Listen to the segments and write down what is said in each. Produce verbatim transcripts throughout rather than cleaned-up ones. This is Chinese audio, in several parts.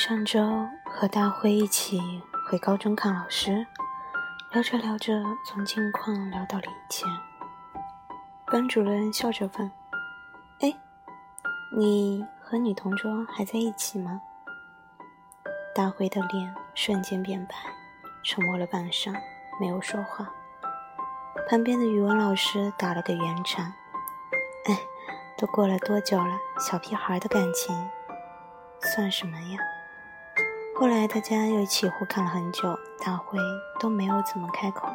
上周和大辉一起回高中看老师，聊着聊着从近况聊到了以前。班主任笑着问：哎，你和女同桌还在一起吗？大辉的脸瞬间变白，沉默了半晌，没有说话。旁边的语文老师打了个圆场：哎，都过了多久了，小屁孩的感情算什么呀？后来大家又一起互看了很久，大辉都没有怎么开口。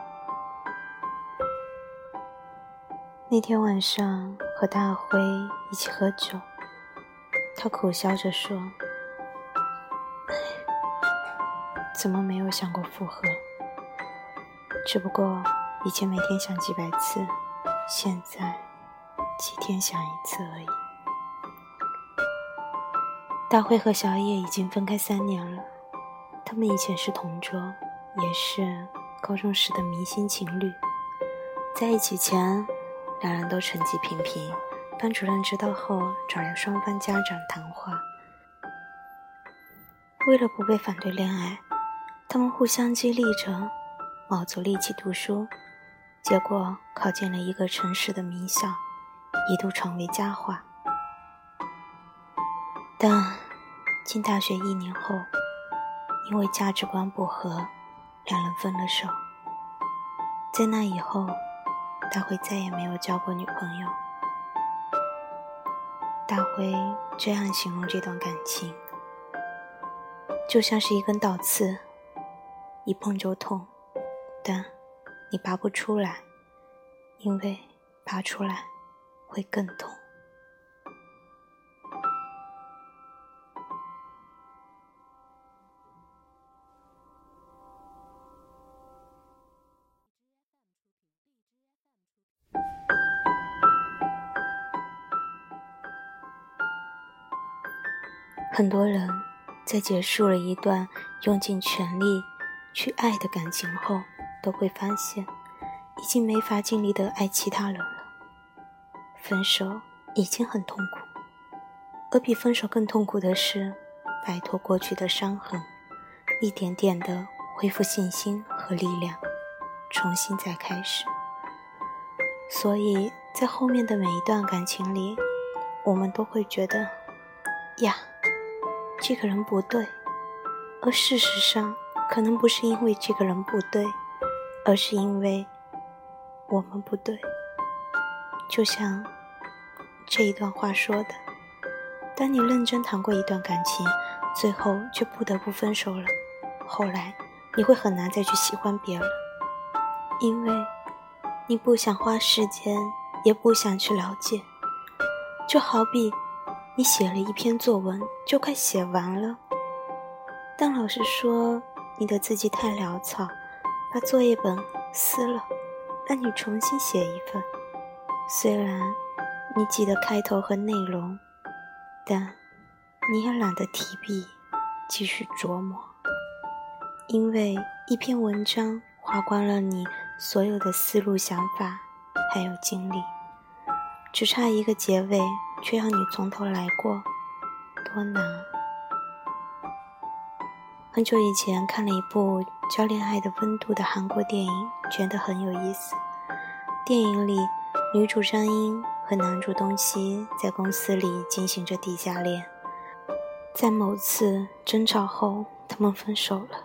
那天晚上和大辉一起喝酒，他苦笑着说：哎，怎么没有想过复合？只不过以前每天想几百次，现在几天想一次而已。大辉和小野已经分开三年了，他们以前是同桌，也是高中时的明星情侣。在一起前，两人都成绩平平，班主任知道后找来双方家长谈话。为了不被反对恋爱，他们互相激励着，卯足力气读书，结果考进了一个城市的名校，一度成为佳话。但进大学一年后，因为价值观不合，两人分了手。在那以后，大辉再也没有交过女朋友。大辉这样形容这段感情：就像是一根倒刺，一碰就痛，但你拔不出来，因为拔出来会更痛。很多人在结束了一段用尽全力去爱的感情后，都会发现已经没法尽力地爱其他人了。分手已经很痛苦，而比分手更痛苦的是摆脱过去的伤痕，一点点地恢复信心和力量，重新再开始。所以在后面的每一段感情里，我们都会觉得呀，这个人不对，而事实上可能不是因为这个人不对，而是因为我们不对。就像这一段话说的，当你认真谈过一段感情，最后却不得不分手了，后来你会很难再去喜欢别人，因为你不想花时间，也不想去了解。就好比你写了一篇作文，就快写完了，但老师说你的字迹太潦草，把作业本撕了，让你重新写一份。虽然你记得开头和内容，但你也懒得提笔继续琢磨，因为一篇文章花光了你所有的思路、想法还有精力，只差一个结尾，却要你从头来过，多难。很久以前看了一部叫《恋爱的温度》的韩国电影，觉得很有意思。电影里女主张英和男主东熙在公司里进行着地下恋，在某次争吵后他们分手了。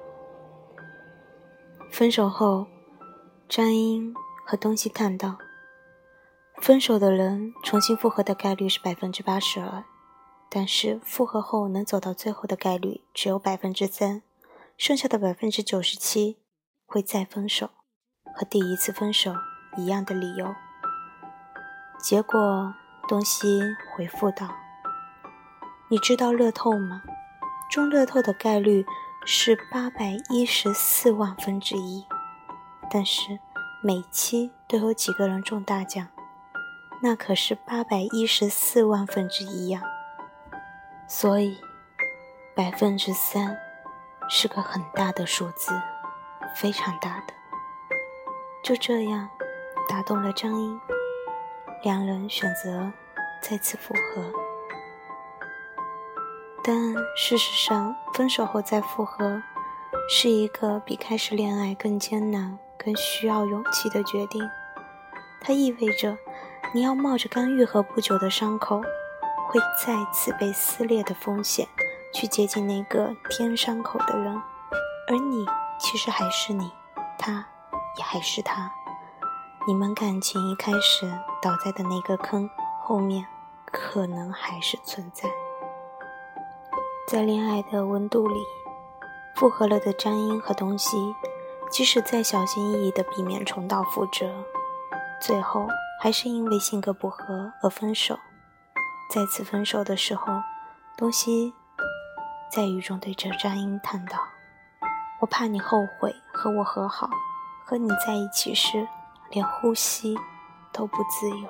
分手后，张英和东熙谈到，分手的人重新复合的概率是 百分之八十二， 但是复合后能走到最后的概率只有 百分之三， 剩下的 百分之九十七 会再分手，和第一次分手一样的理由。结果东熙回复道：你知道乐透吗？中乐透的概率是八百一十四万分之一，但是每期都有几个人中大奖，那可是八百一十四万分之一呀。所以百分之三是个很大的数字，非常大的。就这样打动了张英，两人选择再次复合。 但事实上，分手后再复合是一个比开始恋爱更艰难、更需要勇气的决定。它意味着你要冒着刚愈合不久的伤口会再次被撕裂的风险去接近那个添伤口的人，而你其实还是你，他也还是他。你们感情一开始倒在的那个坑后面可能还是存在。在恋爱的温度里，复合了的沾音和东西，即使再小心翼翼地避免重蹈覆辙，最后还是因为性格不合而分手。再次分手的时候，东西在雨中对着沾音叹道：我怕你后悔和我和好，和你在一起时连呼吸都不自由。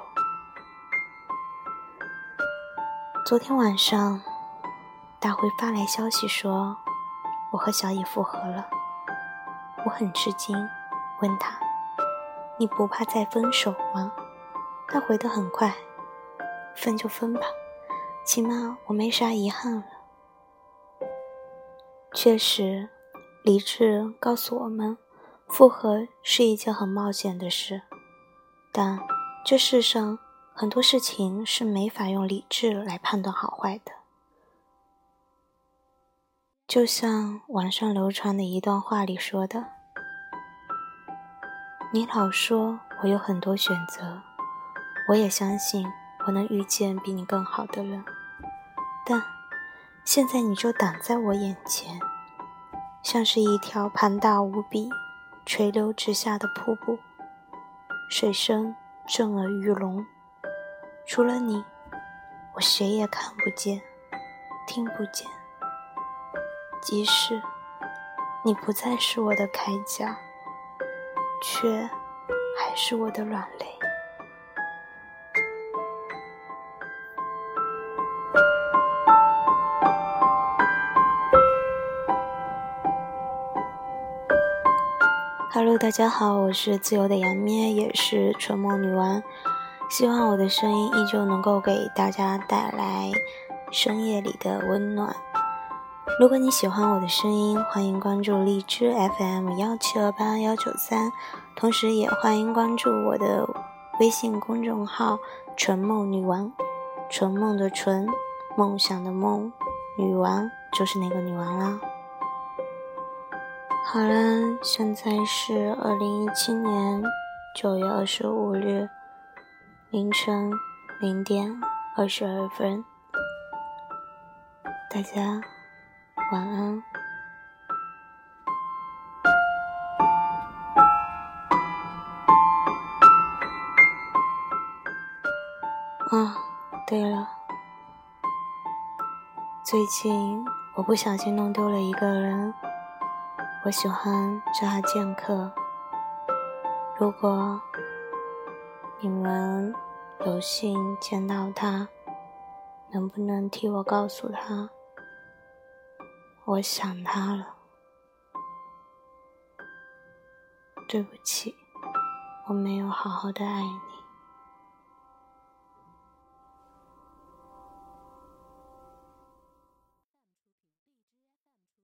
昨天晚上大辉发来消息说我和小野复合了。我很吃惊，问他：你不怕再分手吗？他回得很快：分就分吧，起码我没啥遗憾了。确实，理智告诉我们复合是一件很冒险的事，但这世上很多事情是没法用理智来判断好坏的。就像网上流传的一段话里说的：你老说我有很多选择，我也相信我能遇见比你更好的人，但现在你就挡在我眼前，像是一条庞大无比垂流直下的瀑布，水声震耳欲聋，除了你，我谁也看不见听不见。即使你不再是我的铠甲，却还是我的软肋。Hello， 大家好，我是自由的杨咩，也是纯梦女王。希望我的声音依旧能够给大家带来深夜里的温暖。如果你喜欢我的声音，欢迎关注荔枝 F M 一七二八一九三，同时也欢迎关注我的微信公众号纯梦女王。纯梦的纯，梦想的梦，女王就是那个女王啦。好了，现在是二零一七年九月二十五日凌晨零点二十二分，大家晚安。啊，对了，最近我不小心弄丢了一个人，我喜欢叫他剑客。如果你们有幸见到他，能不能替我告诉他，我想他了。对不起，我没有好好的爱你。